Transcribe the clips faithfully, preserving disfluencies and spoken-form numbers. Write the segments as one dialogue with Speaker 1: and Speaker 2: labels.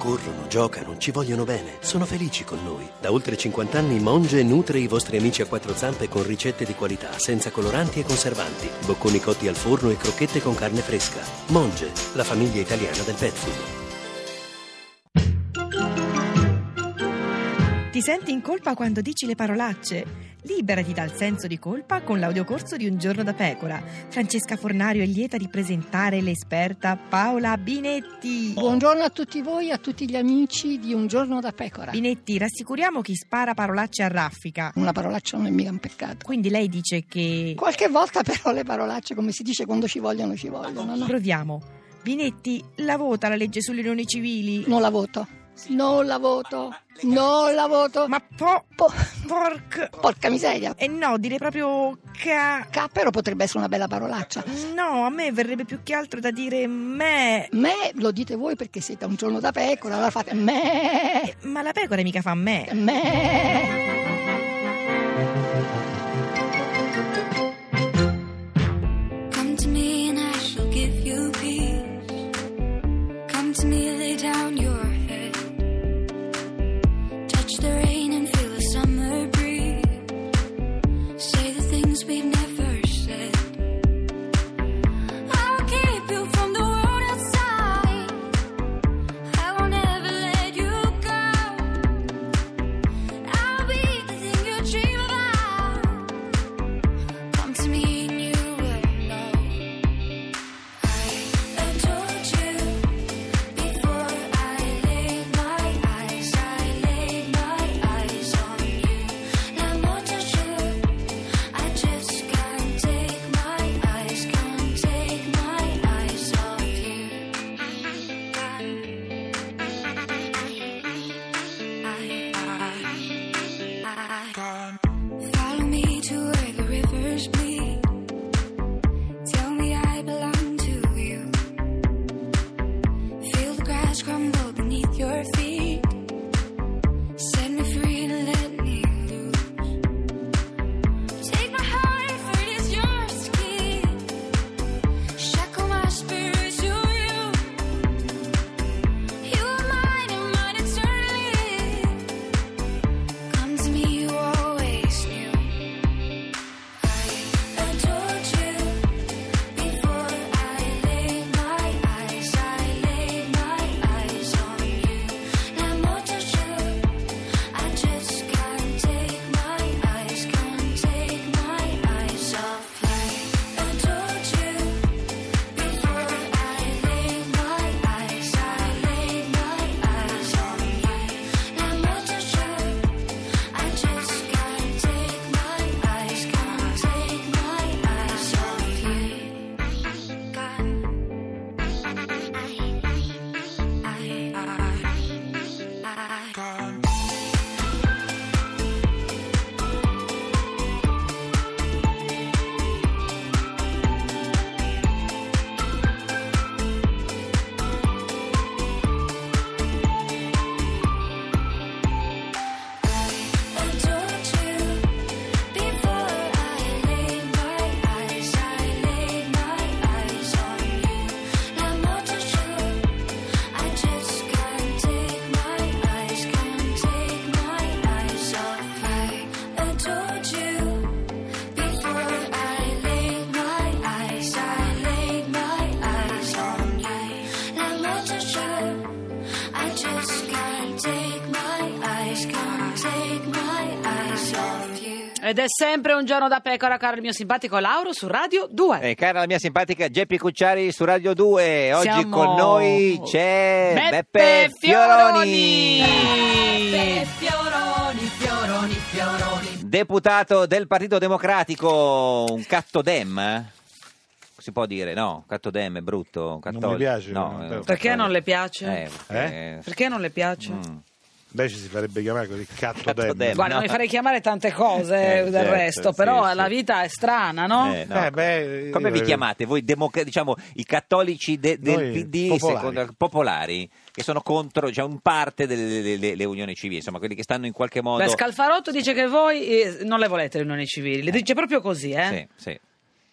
Speaker 1: corrono, giocano, ci vogliono bene. Sono felici con noi. Da oltre cinquanta anni Monge nutre i vostri amici a quattro zampe con ricette di qualità, senza coloranti e conservanti. Bocconi cotti al forno e crocchette con carne fresca. Monge, la famiglia italiana del pet food.
Speaker 2: Ti senti in colpa quando dici le parolacce? Liberati dal senso di colpa con l'audiocorso di Un giorno da pecora. Francesca Fornario è lieta di presentare l'esperta Paola Binetti.
Speaker 3: Buongiorno a tutti voi e a tutti gli amici di Un giorno da pecora.
Speaker 2: Binetti, rassicuriamo chi spara parolacce a raffica.
Speaker 3: Una parolaccia non è mica un peccato.
Speaker 2: Quindi lei dice che...
Speaker 3: Qualche volta però le parolacce, come si dice, quando ci vogliono ci vogliono, no?
Speaker 2: Proviamo. Binetti, la vota la legge sulle unioni civili?
Speaker 3: Non la voto. Non la voto. Non la voto.
Speaker 2: Ma po...
Speaker 3: Po-
Speaker 2: porca...
Speaker 3: Porca miseria.
Speaker 2: Eh no, direi proprio ca...
Speaker 3: Ca però potrebbe essere una bella parolaccia.
Speaker 2: No, a me verrebbe più che altro da dire me.
Speaker 3: Me lo dite voi perché siete Un giorno da pecora, allora fate me.
Speaker 2: Eh, ma la pecora mica fa me.
Speaker 3: Me.
Speaker 4: Come to me and I shall give you peace. Come to me, lay down your head. Touch the rain and feel the summer breeze. Say the things we've never said. I'll keep you from the world outside. I will never let you go. I'll be the thing you dream about. Come to me and you will know. I told you before I laid my eyes. I laid my eyes on you. Now more to show. I just can't take my eyes, can't take my eyes off you. Follow me to where the rivers bleed. Tell me I belong to you. Feel the grass crumble beneath your feet. Set me free and let me loose. Take my heart for it is yours to keep. Shackle my spirit to you. You are mine and mine eternally. Come to me, you always knew. I told you before I laid my eyes. I laid my eyes on you. Now more to show. I just can't take my eyes, can't take my eyes off you. I told you before I laid my eyes. I laid my eyes on you. Now more to show. I just can't take my eyes, can't take my eyes off you. I told you before I laid my eyes. I laid my eyes on you. Now more to show. I just can't take my eyes, can't take my eyes off you. I told you before I laid my eyes. I laid my eyes on you. Now more to show. I just can't take my eyes, can't take my eyes off you.
Speaker 5: Ed è sempre Un giorno da pecora, caro il mio simpatico Lauro su Radio due.
Speaker 6: E cara la mia simpatica Geppi Cucciari su Radio due. Oggi
Speaker 5: Siamo-
Speaker 6: con noi c'è
Speaker 5: Beppe
Speaker 6: Beppe
Speaker 5: Fioroni.
Speaker 6: Fioroni,
Speaker 5: Beppe
Speaker 7: Fioroni, Fioroni, Fioroni.
Speaker 6: deputato del Partito Democratico, un cattodem, eh? Si può dire, no? Cattodem è brutto.
Speaker 8: Non
Speaker 6: cattolico.
Speaker 8: mi piace,
Speaker 6: No,
Speaker 8: no.
Speaker 6: eh,
Speaker 5: Perché non le piace?
Speaker 6: Eh, perché...
Speaker 5: Perché non le piace?
Speaker 6: Mm.
Speaker 8: Invece si farebbe chiamare così catto
Speaker 6: Catto
Speaker 8: dem.
Speaker 6: dem.
Speaker 5: Guarda,
Speaker 6: No.
Speaker 5: mi farei chiamare tante cose
Speaker 6: Eh,
Speaker 5: del
Speaker 6: certo,
Speaker 5: resto,
Speaker 6: sì,
Speaker 5: però
Speaker 6: sì.
Speaker 5: la vita è strana, no?
Speaker 6: Eh, no.
Speaker 8: Eh, beh,
Speaker 6: Come vi
Speaker 8: io-
Speaker 6: chiamate voi, democ- diciamo, i cattolici de- del
Speaker 8: Noi
Speaker 6: P D
Speaker 8: popolari.
Speaker 6: secondo- popolari, che sono contro, cioè un parte delle, delle- le unioni civili, insomma, quelli che stanno in qualche modo...
Speaker 5: Beh, Scalfarotto dice che voi eh, non le volete le unioni civili, le dice proprio così, eh?
Speaker 6: Sì, sì.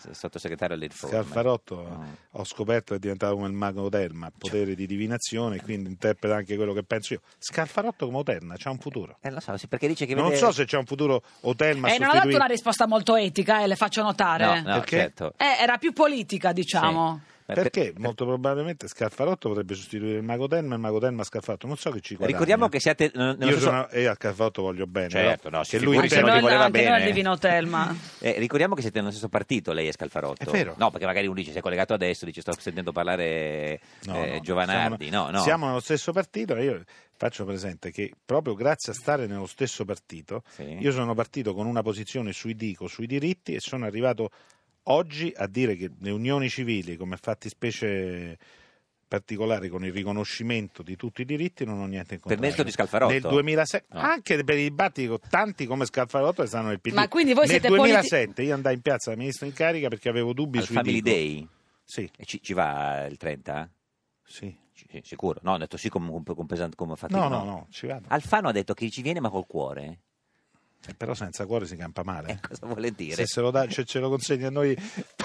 Speaker 6: sottosegretario all'informe.
Speaker 8: Scalfarotto
Speaker 6: Mm.
Speaker 8: ho scoperto che è diventato come il mago Oterma, potere di divinazione, quindi interpreta anche quello che penso io. Scalfarotto come Oterma, c'ha un futuro.
Speaker 6: Eh, lo so, sì, perché dice che
Speaker 8: Non
Speaker 6: vede-
Speaker 8: so se c'è un futuro Oterma
Speaker 5: Eh, non ha dato
Speaker 8: sostituito.
Speaker 5: una risposta molto etica, eh, le faccio notare.
Speaker 6: No, no,
Speaker 8: Perché?
Speaker 6: certo.
Speaker 5: Eh, era più politica, diciamo.
Speaker 6: Sì. Beh, per-
Speaker 8: Perché molto probabilmente Scalfarotto potrebbe sostituire il mago Telma e il mago Telma Scalfarotto. Non so che ci guadagna.
Speaker 6: Ricordiamo che siate non- nello
Speaker 8: Io
Speaker 6: stesso-
Speaker 8: sono, e a Scalfarotto voglio bene.
Speaker 6: Certo,
Speaker 8: però
Speaker 6: no, si
Speaker 8: che lui
Speaker 6: figuri se
Speaker 8: intende-
Speaker 6: non
Speaker 5: Anche
Speaker 6: ti
Speaker 5: noi,
Speaker 6: voleva
Speaker 5: anche noi al
Speaker 6: bene.
Speaker 5: Divino Telma.
Speaker 6: Eh, ricordiamo che siete nello stesso partito, lei e Scalfarotto.
Speaker 8: È vero.
Speaker 6: No, perché magari uno dice, si è collegato adesso, dice sto sentendo parlare
Speaker 8: No,
Speaker 6: eh,
Speaker 8: no,
Speaker 6: Giovanardi.
Speaker 8: siamo,
Speaker 6: No, no.
Speaker 8: siamo nello stesso partito e io faccio presente che proprio grazie a stare nello stesso partito
Speaker 6: Sì.
Speaker 8: io sono partito con una posizione sui dico, sui diritti e sono arrivato oggi a dire che le unioni civili come fattispecie particolari con il riconoscimento di tutti i diritti non ho niente in
Speaker 6: Per
Speaker 8: contrario.
Speaker 6: merito di Scalfarotto?
Speaker 8: Nel duemilasette,
Speaker 6: No.
Speaker 8: anche per i dibattiti con tanti come Scalfarotto che stanno nel P D.
Speaker 5: Ma quindi voi
Speaker 8: Nel
Speaker 5: siete
Speaker 8: duemilasette io andai in piazza da ministro in carica perché avevo dubbi
Speaker 6: Al
Speaker 8: sui
Speaker 6: Family
Speaker 8: dico.
Speaker 6: Day?
Speaker 8: Sì,
Speaker 6: E ci, ci va il trenta?
Speaker 8: sì.
Speaker 6: Ci- sì, sicuro? No, ho detto sì come, come, come pesante come fate.
Speaker 8: No, no, no, ci vado.
Speaker 6: Alfano ha detto che ci viene ma col cuore.
Speaker 8: Eh, Però senza cuore si campa male.
Speaker 6: Eh, cosa vuole dire?
Speaker 8: Se se lo dà, ce, ce lo consegna a noi.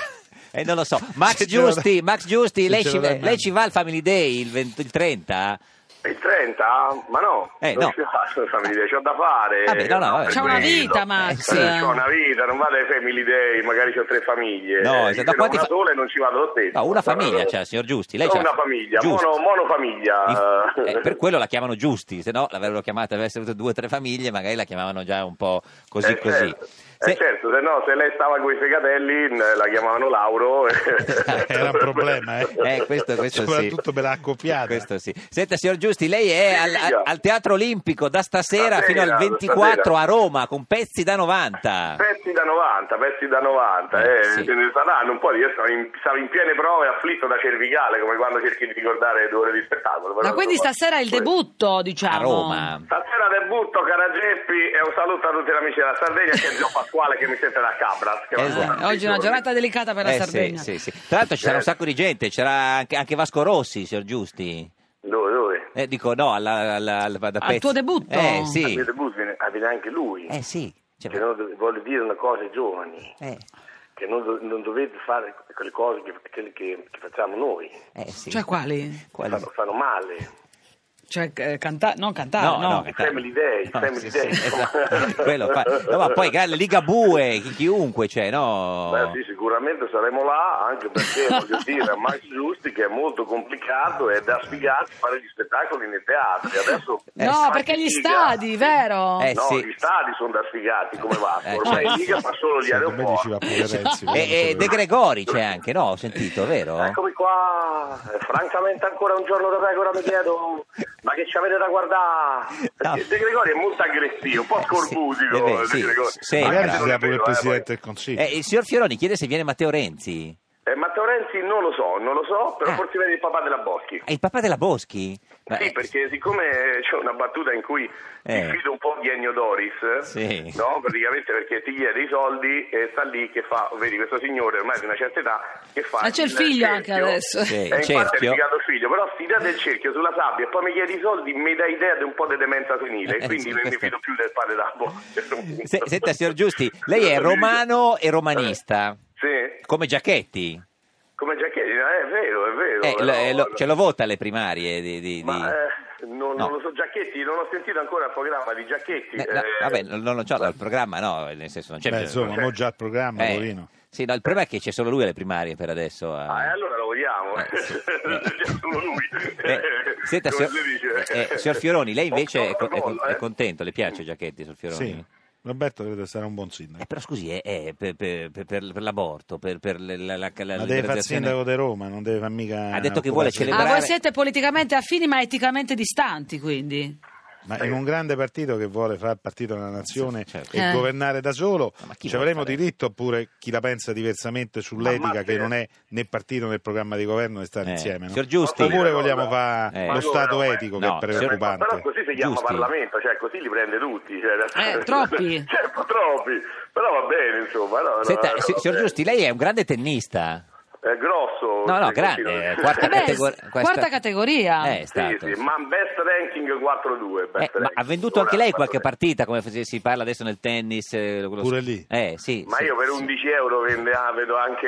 Speaker 6: Eh, non lo so. Max
Speaker 8: Se ce lo
Speaker 6: Giusti,
Speaker 8: dà-
Speaker 6: Max Giusti,
Speaker 8: se
Speaker 6: lei
Speaker 8: ce
Speaker 6: ci,
Speaker 8: lo dà in
Speaker 6: lei
Speaker 8: mano.
Speaker 6: ci va al Family Day il, venti, il trenta?
Speaker 9: Il trenta? Ma no,
Speaker 6: Eh,
Speaker 9: non
Speaker 6: no.
Speaker 9: ci vado, Family Day, c'ho da fare.
Speaker 6: Vabbè, no, no, vabbè.
Speaker 5: C'ha una vita, Max.
Speaker 6: Eh, sì.
Speaker 9: C'ho una vita, non vado ai Family Day, magari c'ho tre famiglie.
Speaker 6: No,
Speaker 9: Eh,
Speaker 6: da
Speaker 9: se ne ho
Speaker 6: quanti
Speaker 9: una
Speaker 6: fa-
Speaker 9: sola e non ci vado lo stesso.
Speaker 6: No, una famiglia c'ha, signor Giusti. Lei
Speaker 9: Ho
Speaker 6: c'ha-
Speaker 9: una famiglia,
Speaker 6: Giusti.
Speaker 9: mono, monofamiglia.
Speaker 6: Inf- eh, per quello la chiamano Giusti, se no l'avrebbero chiamata, avesse avuto due o tre famiglie, magari la chiamavano già un po' così
Speaker 9: Eh,
Speaker 6: così.
Speaker 9: certo.
Speaker 6: Se-
Speaker 9: Eh, certo, se no, se lei stava con i fegatelli n- la chiamavano Lauro.
Speaker 8: Era un problema, eh.
Speaker 6: Eh, questo, questo sì.
Speaker 8: Soprattutto per la accoppiata.
Speaker 6: Questo sì. Senta, signor Giusti, lei è al,
Speaker 9: Dica.
Speaker 6: al Teatro Olimpico da stasera,
Speaker 9: Stasera,
Speaker 6: fino al ventiquattro
Speaker 9: stasera.
Speaker 6: a Roma con pezzi da novanta.
Speaker 9: Pezzi da novanta, pezzi da novanta,
Speaker 6: Eh,
Speaker 9: eh,
Speaker 6: sì.
Speaker 9: ce ne saranno un po'. Io stavo in, stavo in piene prove, afflitto da cervicale, come quando cerchi di ricordare due ore di spettacolo. Però
Speaker 5: Ma quindi
Speaker 9: insomma,
Speaker 5: stasera è il
Speaker 9: questo.
Speaker 5: debutto, diciamo.
Speaker 6: A Roma.
Speaker 9: Stasera debutto, cara Geppi, e un saluto a tutti gli amici della Sardegna, che è Gio Pasquale che mi sente da Cabras. Che
Speaker 6: Esatto.
Speaker 9: va-
Speaker 5: Oggi è una giornata delicata per la
Speaker 6: Eh,
Speaker 5: Sardegna.
Speaker 6: sì, sì, sì. Tra l'altro ci sarà un sacco di gente, c'era anche, anche Vasco Rossi, signor Giusti.
Speaker 9: Dove, dove?
Speaker 6: Eh, dico no, alla, alla, alla- da
Speaker 5: Al
Speaker 6: pezzi.
Speaker 5: tuo debutto?
Speaker 6: Eh, sì.
Speaker 9: Al mio debutto viene, ah, viene anche lui.
Speaker 6: Eh, sì. Cioè,
Speaker 9: Che non dov- voglio dire una cosa ai giovani,
Speaker 6: eh,
Speaker 9: che non, do- non dovete fare quelle cose che, che- che- che facciamo noi.
Speaker 6: eh, sì.
Speaker 5: Cioè quali?
Speaker 6: Quali?
Speaker 9: Fanno, fanno male.
Speaker 5: Cioè eh, canta- non cantare,
Speaker 6: No,
Speaker 5: no.
Speaker 6: no,
Speaker 9: I Family Day, i
Speaker 6: No,
Speaker 9: Family
Speaker 6: sì,
Speaker 9: Day.
Speaker 6: sì, esatto. Quello fa- no, ma poi grande Ligabue, chi- chiunque, cioè, no?
Speaker 9: Beh, sì, sicuramente saremo là, anche perché voglio dire a Max Giusti che è molto complicato e da sfigati fare gli spettacoli nei teatri. Adesso
Speaker 5: No,
Speaker 9: fa
Speaker 5: perché gli
Speaker 9: fatica.
Speaker 5: stadi, vero?
Speaker 6: Eh,
Speaker 9: No,
Speaker 6: sì.
Speaker 9: gli stadi sono da sfigati come Vasco.
Speaker 6: Eh,
Speaker 9: Ormai
Speaker 6: certo.
Speaker 9: in Liga fa solo gli
Speaker 8: Secondo me ci va
Speaker 9: aeroporti.
Speaker 8: pure Renzi.
Speaker 6: E, e De Gregori c'è anche, no? Ho sentito, vero?
Speaker 9: Eccomi qua, Eh, francamente ancora un giorno da pecora mi chiedo, ma che ci avete da guardare? Perché
Speaker 6: No.
Speaker 9: De Gregori è molto aggressivo, un po' scorbutico.
Speaker 6: Sì, è vero,
Speaker 9: De
Speaker 6: sì,
Speaker 9: Gregori.
Speaker 6: sembra.
Speaker 9: Anche
Speaker 8: Magari
Speaker 9: se
Speaker 8: ci
Speaker 9: non
Speaker 8: sia
Speaker 9: è
Speaker 8: pure il
Speaker 9: vero, eh,
Speaker 8: Presidente
Speaker 9: poi.
Speaker 8: del Consiglio.
Speaker 6: Eh, il signor Fioroni chiede se viene Matteo Renzi.
Speaker 9: Eh, Matteo Renzi non lo so, non lo so, però
Speaker 6: Ah.
Speaker 9: forse viene il papà della Boschi.
Speaker 6: È il papà della Boschi? Ma-
Speaker 9: Sì, perché siccome c'è una battuta in cui
Speaker 6: Eh.
Speaker 9: ti fido un po' di Ennio Doris,
Speaker 6: Sì.
Speaker 9: no? Praticamente perché ti chiede i soldi e sta lì che fa, vedi questo signore ormai di una certa età che fa...
Speaker 5: Ma c'è il figlio anche
Speaker 9: cerchio.
Speaker 5: adesso.
Speaker 6: Sì,
Speaker 9: E
Speaker 6: il
Speaker 9: infatti è
Speaker 6: cerchio.
Speaker 9: dedicato il figlio, però sta idea del cerchio sulla sabbia e poi mi chiedi i soldi mi dà idea di un po' di demenza senile,
Speaker 6: Eh,
Speaker 9: quindi
Speaker 6: sì,
Speaker 9: mi
Speaker 6: questo-
Speaker 9: fido più del padre della Boschi.
Speaker 6: Se- senta, signor Giusti, lei è romano e romanista,
Speaker 9: Sì,
Speaker 6: come Giacchetti.
Speaker 9: come Giacchetti, eh, è vero, è vero.
Speaker 6: Eh,
Speaker 9: però-
Speaker 6: lo- eh, lo- ce lo vota alle primarie di... di- di-
Speaker 9: Ma eh, non,
Speaker 6: No.
Speaker 9: non lo so, Giacchetti, non ho sentito ancora il programma di Giacchetti.
Speaker 6: Eh, no,
Speaker 9: eh,
Speaker 6: vabbè, non, non lo so, il programma no, nel senso non c'è...
Speaker 8: Beh, insomma, mo già il programma,
Speaker 6: Eh,
Speaker 8: poverino.
Speaker 6: sì, no, il problema è che c'è solo lui alle primarie per adesso. a-
Speaker 9: Ah, e allora lo vogliamo,
Speaker 6: Eh, sì.
Speaker 9: c'è solo lui.
Speaker 6: Eh, senta,
Speaker 9: Come
Speaker 6: signor,
Speaker 9: si dice?
Speaker 6: eh, signor Fioroni, lei invece è, co- è con-
Speaker 9: Gol,
Speaker 6: è
Speaker 9: eh.
Speaker 6: contento, le piace Giacchetti sul Fioroni?
Speaker 8: Sì, Roberto credo sarà un buon sindaco.
Speaker 6: Eh, però scusi, è, è per, per- per- per- per l'aborto, per, per la, la, la, la
Speaker 8: Ma deve fare il
Speaker 6: liberalizzazione-
Speaker 8: sindaco di Roma, non deve fare mica...
Speaker 6: Ha detto che vuole
Speaker 8: occuparsi-
Speaker 6: celebrare-
Speaker 5: Ah, voi siete politicamente affini ma eticamente distanti, quindi.
Speaker 8: Ma in un grande partito che vuole fare il partito della nazione
Speaker 6: certo.
Speaker 8: e
Speaker 5: Eh.
Speaker 8: governare da solo,
Speaker 6: Ma chi
Speaker 8: ci
Speaker 6: vuole
Speaker 8: avremo
Speaker 6: fare?
Speaker 8: diritto oppure chi la pensa diversamente sull'etica
Speaker 9: Ma-
Speaker 8: che non è né partito né programma di governo di stare
Speaker 6: Eh,
Speaker 8: insieme, no?
Speaker 6: signor Giusti.
Speaker 8: Oppure vogliamo fare
Speaker 6: Eh.
Speaker 8: lo
Speaker 9: Ma
Speaker 8: stato
Speaker 9: come no,
Speaker 8: etico
Speaker 6: eh?
Speaker 8: che
Speaker 6: No,
Speaker 8: è
Speaker 9: Però,
Speaker 8: preoccupante.
Speaker 9: però così si chiama
Speaker 6: Giusti.
Speaker 9: Parlamento, cioè così li prende tutti. Cioè,
Speaker 5: Eh, troppi.
Speaker 9: Certo, troppi. Però va bene, insomma. No, no,
Speaker 6: Senta,
Speaker 9: no,
Speaker 6: si-
Speaker 9: va
Speaker 6: signor
Speaker 9: bene.
Speaker 6: Giusti, lei è un grande tennista.
Speaker 9: È grosso.
Speaker 6: No, no,
Speaker 9: sì,
Speaker 6: grande,
Speaker 9: così,
Speaker 6: eh,
Speaker 9: no?
Speaker 6: quarta
Speaker 5: Eh beh,
Speaker 6: categor-
Speaker 5: s-
Speaker 6: questa-
Speaker 5: quarta categoria.
Speaker 6: Eh, è
Speaker 9: Sì,
Speaker 6: stato.
Speaker 9: sì, ma best ranking quattro due.
Speaker 6: Eh, ma ha venduto anche lei qualche partita, come f- si parla adesso nel tennis? eh, quello-
Speaker 8: Pure lì?
Speaker 6: Eh, sì.
Speaker 9: Ma
Speaker 6: sì,
Speaker 9: io per
Speaker 6: sì.
Speaker 9: undici euro vende, ah, vedo anche...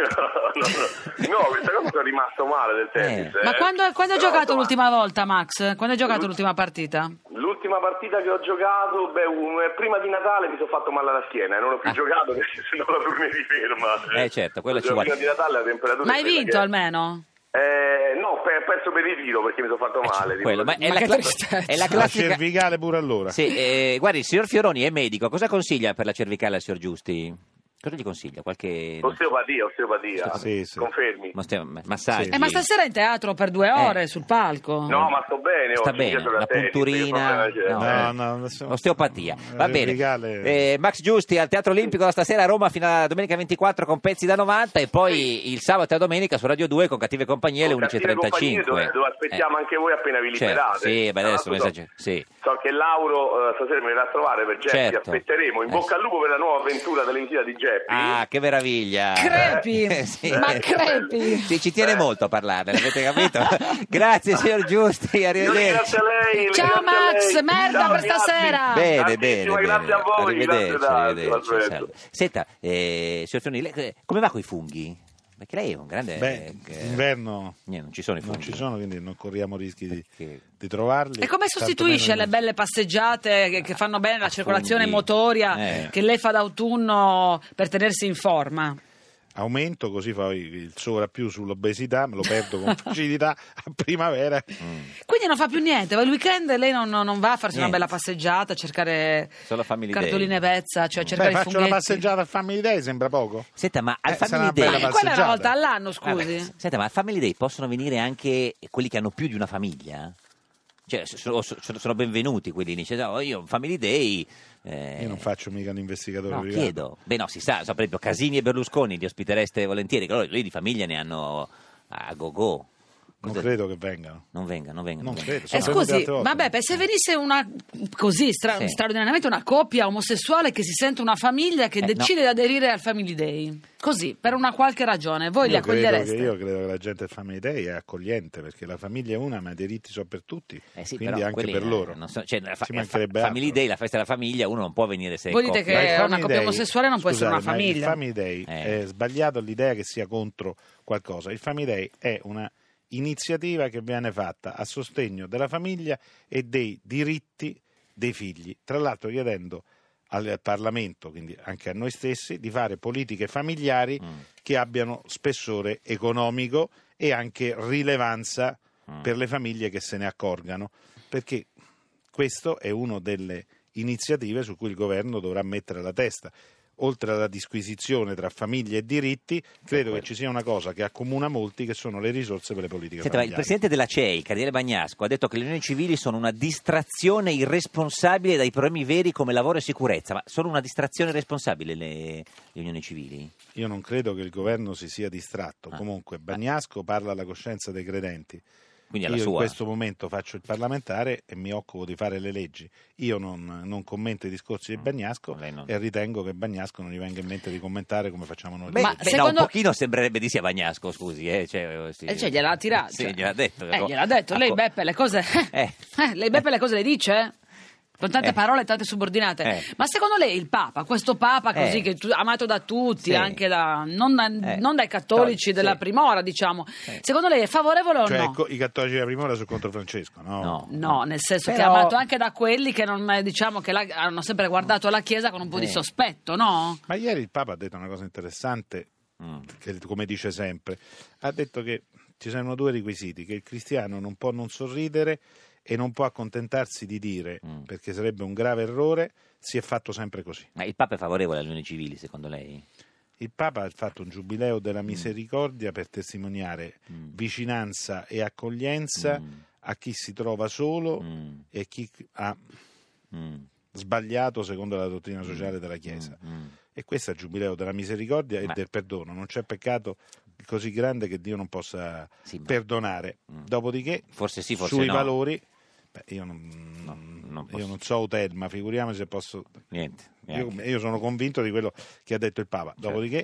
Speaker 9: no, no, no, questa cosa sono rimasto male del tennis.
Speaker 6: Eh.
Speaker 9: eh.
Speaker 5: Ma quando, quando hai
Speaker 9: Però,
Speaker 5: giocato
Speaker 9: insomma,
Speaker 5: l'ultima volta, Max? Quando hai giocato l'ultima partita?
Speaker 9: L'ultima partita che ho giocato, beh, un- prima di Natale mi sono fatto male alla schiena e non ho più
Speaker 6: Ah.
Speaker 9: giocato perché sennò la tournée si ferma.
Speaker 6: Eh, certo, quello ci
Speaker 9: Prima
Speaker 6: vuole.
Speaker 9: di Natale la temperatura
Speaker 5: Ma
Speaker 9: è
Speaker 5: hai
Speaker 9: quella
Speaker 5: vinto
Speaker 9: che-
Speaker 5: almeno?
Speaker 9: Eh, no, pe- perso per il ritiro perché mi sono fatto male.
Speaker 6: Eh, quello, ma è,
Speaker 5: Ma
Speaker 6: la
Speaker 5: che
Speaker 6: cla-
Speaker 5: tristezza.
Speaker 6: è la
Speaker 8: La
Speaker 6: classica.
Speaker 8: cervicale pure allora.
Speaker 6: Sì, eh, guardi, il signor Fioroni è medico, cosa consiglia per la cervicale al signor Giusti? Cosa gli consiglia? Qualche
Speaker 9: Osteopatia, osteopatia.
Speaker 8: Sì, sì.
Speaker 9: Confermi?
Speaker 6: Mastia- massaggi?
Speaker 5: Eh, ma stasera è in teatro per due ore sul palco.
Speaker 9: No, ma sto bene.
Speaker 6: Sta
Speaker 9: oggi
Speaker 6: bene,
Speaker 9: dietro
Speaker 6: la
Speaker 9: la testa,
Speaker 6: punturina,
Speaker 9: che problema c'è?
Speaker 6: no.
Speaker 8: No, no, adesso-
Speaker 6: Osteopatia, va
Speaker 8: La
Speaker 6: bene.
Speaker 8: cervicale-
Speaker 6: Eh, Max Giusti al Teatro Olimpico da stasera a Roma fino a domenica ventiquattro con Pezzi da novanta e poi il sabato e la domenica su Radio due con Cattive Compagnie alle
Speaker 9: Con
Speaker 6: undici e
Speaker 9: Cattive Compagnie,
Speaker 6: trentacinque.
Speaker 9: Dove, dove aspettiamo anche voi appena vi
Speaker 6: Certo,
Speaker 9: liberate.
Speaker 6: sì, beh,
Speaker 9: Tra
Speaker 6: adesso
Speaker 9: l'altro so-
Speaker 6: messaggio- sì.
Speaker 9: So che Lauro eh, stasera mi verrà a trovare per Geppi,
Speaker 6: Certo.
Speaker 9: aspetteremo. In
Speaker 6: Eh,
Speaker 9: bocca
Speaker 6: sì.
Speaker 9: al lupo per la nuova avventura televisiva di Geppi.
Speaker 6: Ah, che meraviglia!
Speaker 5: Crepi!
Speaker 6: Eh, sì.
Speaker 5: Ma
Speaker 6: Eh,
Speaker 5: crepi!
Speaker 6: Sì, ci tiene molto a parlarne, l'avete capito? Grazie signor Giusti,
Speaker 9: Io
Speaker 6: arrivederci.
Speaker 9: ringrazio lei,
Speaker 5: Ciao,
Speaker 9: ringrazio
Speaker 5: Max,
Speaker 9: lei.
Speaker 5: merda
Speaker 9: Ciao,
Speaker 5: per
Speaker 9: ragazzi.
Speaker 5: stasera.
Speaker 6: Bene,
Speaker 9: Tantissimo,
Speaker 6: bene, bene.
Speaker 9: grazie a voi,
Speaker 6: Arrivederci,
Speaker 9: grazie tanto,
Speaker 6: arrivederci,
Speaker 9: aspetto.
Speaker 6: salve. Senta, eh, signor Fioroni, lei- come va con i funghi? Perché lei è un grande...
Speaker 8: Beh,
Speaker 6: eh,
Speaker 8: inverno
Speaker 6: niente, non ci sono i
Speaker 8: non
Speaker 6: funghi.
Speaker 8: ci sono, quindi non corriamo rischi di,
Speaker 6: Perché-
Speaker 8: di trovarli.
Speaker 5: E come sostituisce
Speaker 8: Tantomeno-
Speaker 5: le belle passeggiate che, che fanno bene la circolazione
Speaker 6: funghi.
Speaker 5: motoria
Speaker 6: Eh.
Speaker 5: che lei fa d'autunno per tenersi in forma?
Speaker 8: Aumento, così poi il sovrappiù sull'obesità, me lo perdo con facilità a primavera.
Speaker 5: Quindi non fa più niente, va il weekend e lei non, non va a farsi una
Speaker 6: Niente.
Speaker 5: bella passeggiata, a cercare
Speaker 6: Solo Family Day.
Speaker 5: cartoline vezza, cioè a cercare
Speaker 8: Beh,
Speaker 5: i
Speaker 8: faccio una
Speaker 5: funghetti.
Speaker 8: passeggiata al Family Day, sembra poco.
Speaker 6: Senta, ma al
Speaker 8: Eh, sarà
Speaker 6: Family
Speaker 8: una
Speaker 6: Day...
Speaker 8: bella
Speaker 5: Eh, quella è una
Speaker 8: passeggiata.
Speaker 5: volta all'anno,
Speaker 6: Vabbè,
Speaker 5: scusi.
Speaker 6: s- senta, ma al Family Day possono venire anche quelli che hanno più di una famiglia? Cioè, sono, sono- sono benvenuti quelli che dice, no, io Family Day... eh,
Speaker 8: Io non faccio mica l'investigatore
Speaker 6: No,
Speaker 8: privato.
Speaker 6: chiedo. Beh, no, si sa, so, per esempio, Casini e Berlusconi li ospitereste volentieri, che loro lì di famiglia ne hanno a go-go.
Speaker 8: Non
Speaker 6: Cosa-
Speaker 8: credo che vengano.
Speaker 6: Non venga, non venga.
Speaker 8: Non
Speaker 6: non
Speaker 8: credo.
Speaker 6: venga.
Speaker 8: Sono
Speaker 5: Eh,
Speaker 8: venuti
Speaker 5: scusi,
Speaker 8: altre volte.
Speaker 5: vabbè, beh, se venisse una così stra-
Speaker 6: Sì.
Speaker 5: straordinariamente una coppia omosessuale che si sente una famiglia che
Speaker 6: Eh,
Speaker 5: decide di aderire al Family Day, così, per una qualche ragione, voi li
Speaker 8: Io credo,
Speaker 5: accogliereste?
Speaker 8: che, io credo che la gente del Family Day è accogliente, perché la famiglia è una, ma i diritti sono per tutti,
Speaker 6: Eh sì,
Speaker 8: quindi
Speaker 6: però
Speaker 8: anche
Speaker 6: quelli,
Speaker 8: per
Speaker 6: eh,
Speaker 8: loro.
Speaker 6: non so- cioè, la fa-
Speaker 8: Ci
Speaker 6: fa-
Speaker 8: mancherebbe
Speaker 6: Family
Speaker 8: altro.
Speaker 6: Day, la festa della famiglia, uno non può venire se è
Speaker 5: Voi dite
Speaker 6: coppia.
Speaker 5: che
Speaker 8: Ma il
Speaker 5: una
Speaker 8: Family
Speaker 5: coppia
Speaker 8: Day-
Speaker 5: omosessuale non può essere
Speaker 8: scusate,
Speaker 5: una
Speaker 8: ma
Speaker 5: famiglia.
Speaker 8: Il Family Day
Speaker 6: Eh.
Speaker 8: è sbagliato l'idea che sia contro qualcosa. Il Family Day è una iniziativa che viene fatta a sostegno della famiglia e dei diritti dei figli, tra l'altro chiedendo al Parlamento, quindi anche a noi stessi, di fare politiche familiari
Speaker 6: Mm.
Speaker 8: che abbiano spessore economico e anche rilevanza
Speaker 6: Mm.
Speaker 8: per le famiglie che se ne accorgano, perché questo è una delle iniziative su cui il governo dovrà mettere la testa. Oltre alla disquisizione tra famiglie e diritti, credo che ci sia una cosa che accomuna molti, che sono le risorse per le politiche
Speaker 6: Senta, ma il
Speaker 8: familiari.
Speaker 6: presidente della C E I, il cardinale Bagnasco, ha detto che le unioni civili sono una distrazione irresponsabile dai problemi veri come lavoro e sicurezza. Ma sono una distrazione irresponsabile le, le unioni civili?
Speaker 8: Io non credo che il governo si sia distratto.
Speaker 6: Ah.
Speaker 8: Comunque, Bagnasco parla alla coscienza dei credenti.
Speaker 6: Quindi alla
Speaker 8: Io in
Speaker 6: sua?
Speaker 8: questo momento faccio il parlamentare e mi occupo di fare le leggi. Io non, non commento i discorsi di Bagnasco
Speaker 6: Lei non-
Speaker 8: e ritengo che Bagnasco non gli venga in mente di commentare come facciamo noi.
Speaker 6: Beh,
Speaker 5: Ma
Speaker 6: beh, no,
Speaker 5: secondo-
Speaker 6: un pochino sembrerebbe di sia Bagnasco, scusi. Eh, cioè, sì.
Speaker 5: Eh, cioè, gliel'ha tirato.
Speaker 6: Sì,
Speaker 5: cioè.
Speaker 6: gliel'ha detto.
Speaker 5: Eh, gliel'ha detto. Lei,
Speaker 6: Ecco.
Speaker 5: Beppe, le cose...
Speaker 6: Eh.
Speaker 5: Eh, lei, Beppe, le cose le dice? Con tante
Speaker 6: Eh.
Speaker 5: parole e tante subordinate.
Speaker 6: Eh.
Speaker 5: Ma secondo lei il Papa, questo Papa così
Speaker 6: Eh.
Speaker 5: che tu- amato da tutti,
Speaker 6: Sì.
Speaker 5: anche da, non, da-
Speaker 6: Eh.
Speaker 5: non dai cattolici
Speaker 6: Sì.
Speaker 5: della prima ora, diciamo, secondo lei è favorevole o
Speaker 8: Cioè,
Speaker 5: no?
Speaker 8: co- i cattolici della prima ora sono contro Francesco, no?
Speaker 6: No.
Speaker 5: No, nel senso che è
Speaker 6: Però-
Speaker 5: amato anche da quelli che non, eh, diciamo, che la- hanno sempre guardato la Chiesa con un po' di
Speaker 6: Sì.
Speaker 5: sospetto, no?
Speaker 8: Ma ieri il Papa ha detto una cosa interessante,
Speaker 6: Mm.
Speaker 8: che, come dice sempre, ha detto che ci sono due requisiti, che il cristiano non può non sorridere e non può accontentarsi di dire,
Speaker 6: Mm.
Speaker 8: perché sarebbe un grave errore, si è fatto sempre così.
Speaker 6: Ma il Papa è favorevole alle unioni civili, secondo lei?
Speaker 8: Il Papa ha fatto un giubileo della misericordia per testimoniare
Speaker 6: Mm.
Speaker 8: vicinanza e accoglienza
Speaker 6: Mm.
Speaker 8: a chi si trova solo
Speaker 6: Mm.
Speaker 8: e chi ha
Speaker 6: Mm.
Speaker 8: sbagliato secondo la dottrina sociale della Chiesa.
Speaker 6: Mm. Mm.
Speaker 8: E questo è il giubileo della misericordia e
Speaker 6: Ma-
Speaker 8: del perdono. Non c'è peccato così grande che Dio non possa
Speaker 6: Sì, ma-
Speaker 8: perdonare.
Speaker 6: Mm.
Speaker 8: Dopodiché,
Speaker 6: Forse sì, forse
Speaker 8: sui
Speaker 6: no.
Speaker 8: valori, beh, io, non,
Speaker 6: No, non
Speaker 8: io
Speaker 6: posso.
Speaker 8: non so Hotel, ma figuriamoci se posso.
Speaker 6: Niente.
Speaker 8: Io,
Speaker 6: neanche.
Speaker 8: io sono convinto di quello che ha detto il Papa. Dopodiché,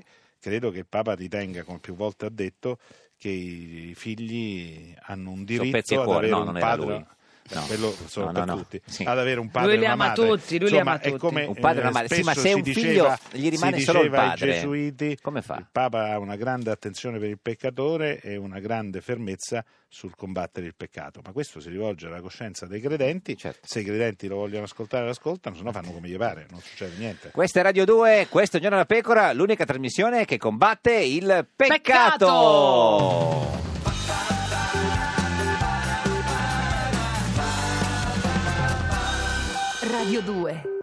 Speaker 8: credo che il Papa ritenga, come più volte ha detto, che i figli hanno un diritto ad
Speaker 6: cuore.
Speaker 8: avere
Speaker 6: No,
Speaker 8: un
Speaker 6: non era
Speaker 8: padre.
Speaker 6: lui.
Speaker 8: Eh,
Speaker 6: No.
Speaker 8: quello sono
Speaker 6: No,
Speaker 8: per
Speaker 6: no, no.
Speaker 8: tutti,
Speaker 6: Sì.
Speaker 8: ad avere un padre
Speaker 5: Lui li
Speaker 8: e una
Speaker 5: ama
Speaker 8: madre.
Speaker 5: tutti, lui li
Speaker 8: Insomma,
Speaker 5: ama
Speaker 8: è
Speaker 5: tutti.
Speaker 8: come,
Speaker 6: Un padre e una
Speaker 8: eh,
Speaker 6: madre. Sì, ma
Speaker 8: spesso
Speaker 6: se
Speaker 8: si
Speaker 6: un figlio
Speaker 8: diceva-
Speaker 6: gli rimane
Speaker 8: si
Speaker 6: solo il
Speaker 8: diceva ai
Speaker 6: padre,
Speaker 8: gesuiti,
Speaker 6: come fa?
Speaker 8: il Papa ha una grande attenzione per il peccatore e una grande fermezza sul combattere il peccato, ma questo si rivolge alla coscienza dei credenti.
Speaker 6: Certo.
Speaker 8: Se i credenti lo vogliono ascoltare, lo ascoltano, se no fanno come gli pare, non succede niente.
Speaker 6: Questa è Radio due, questo è Un Giorno da Pecora, l'unica trasmissione che combatte il peccato.
Speaker 5: Peccato!
Speaker 7: Radio due.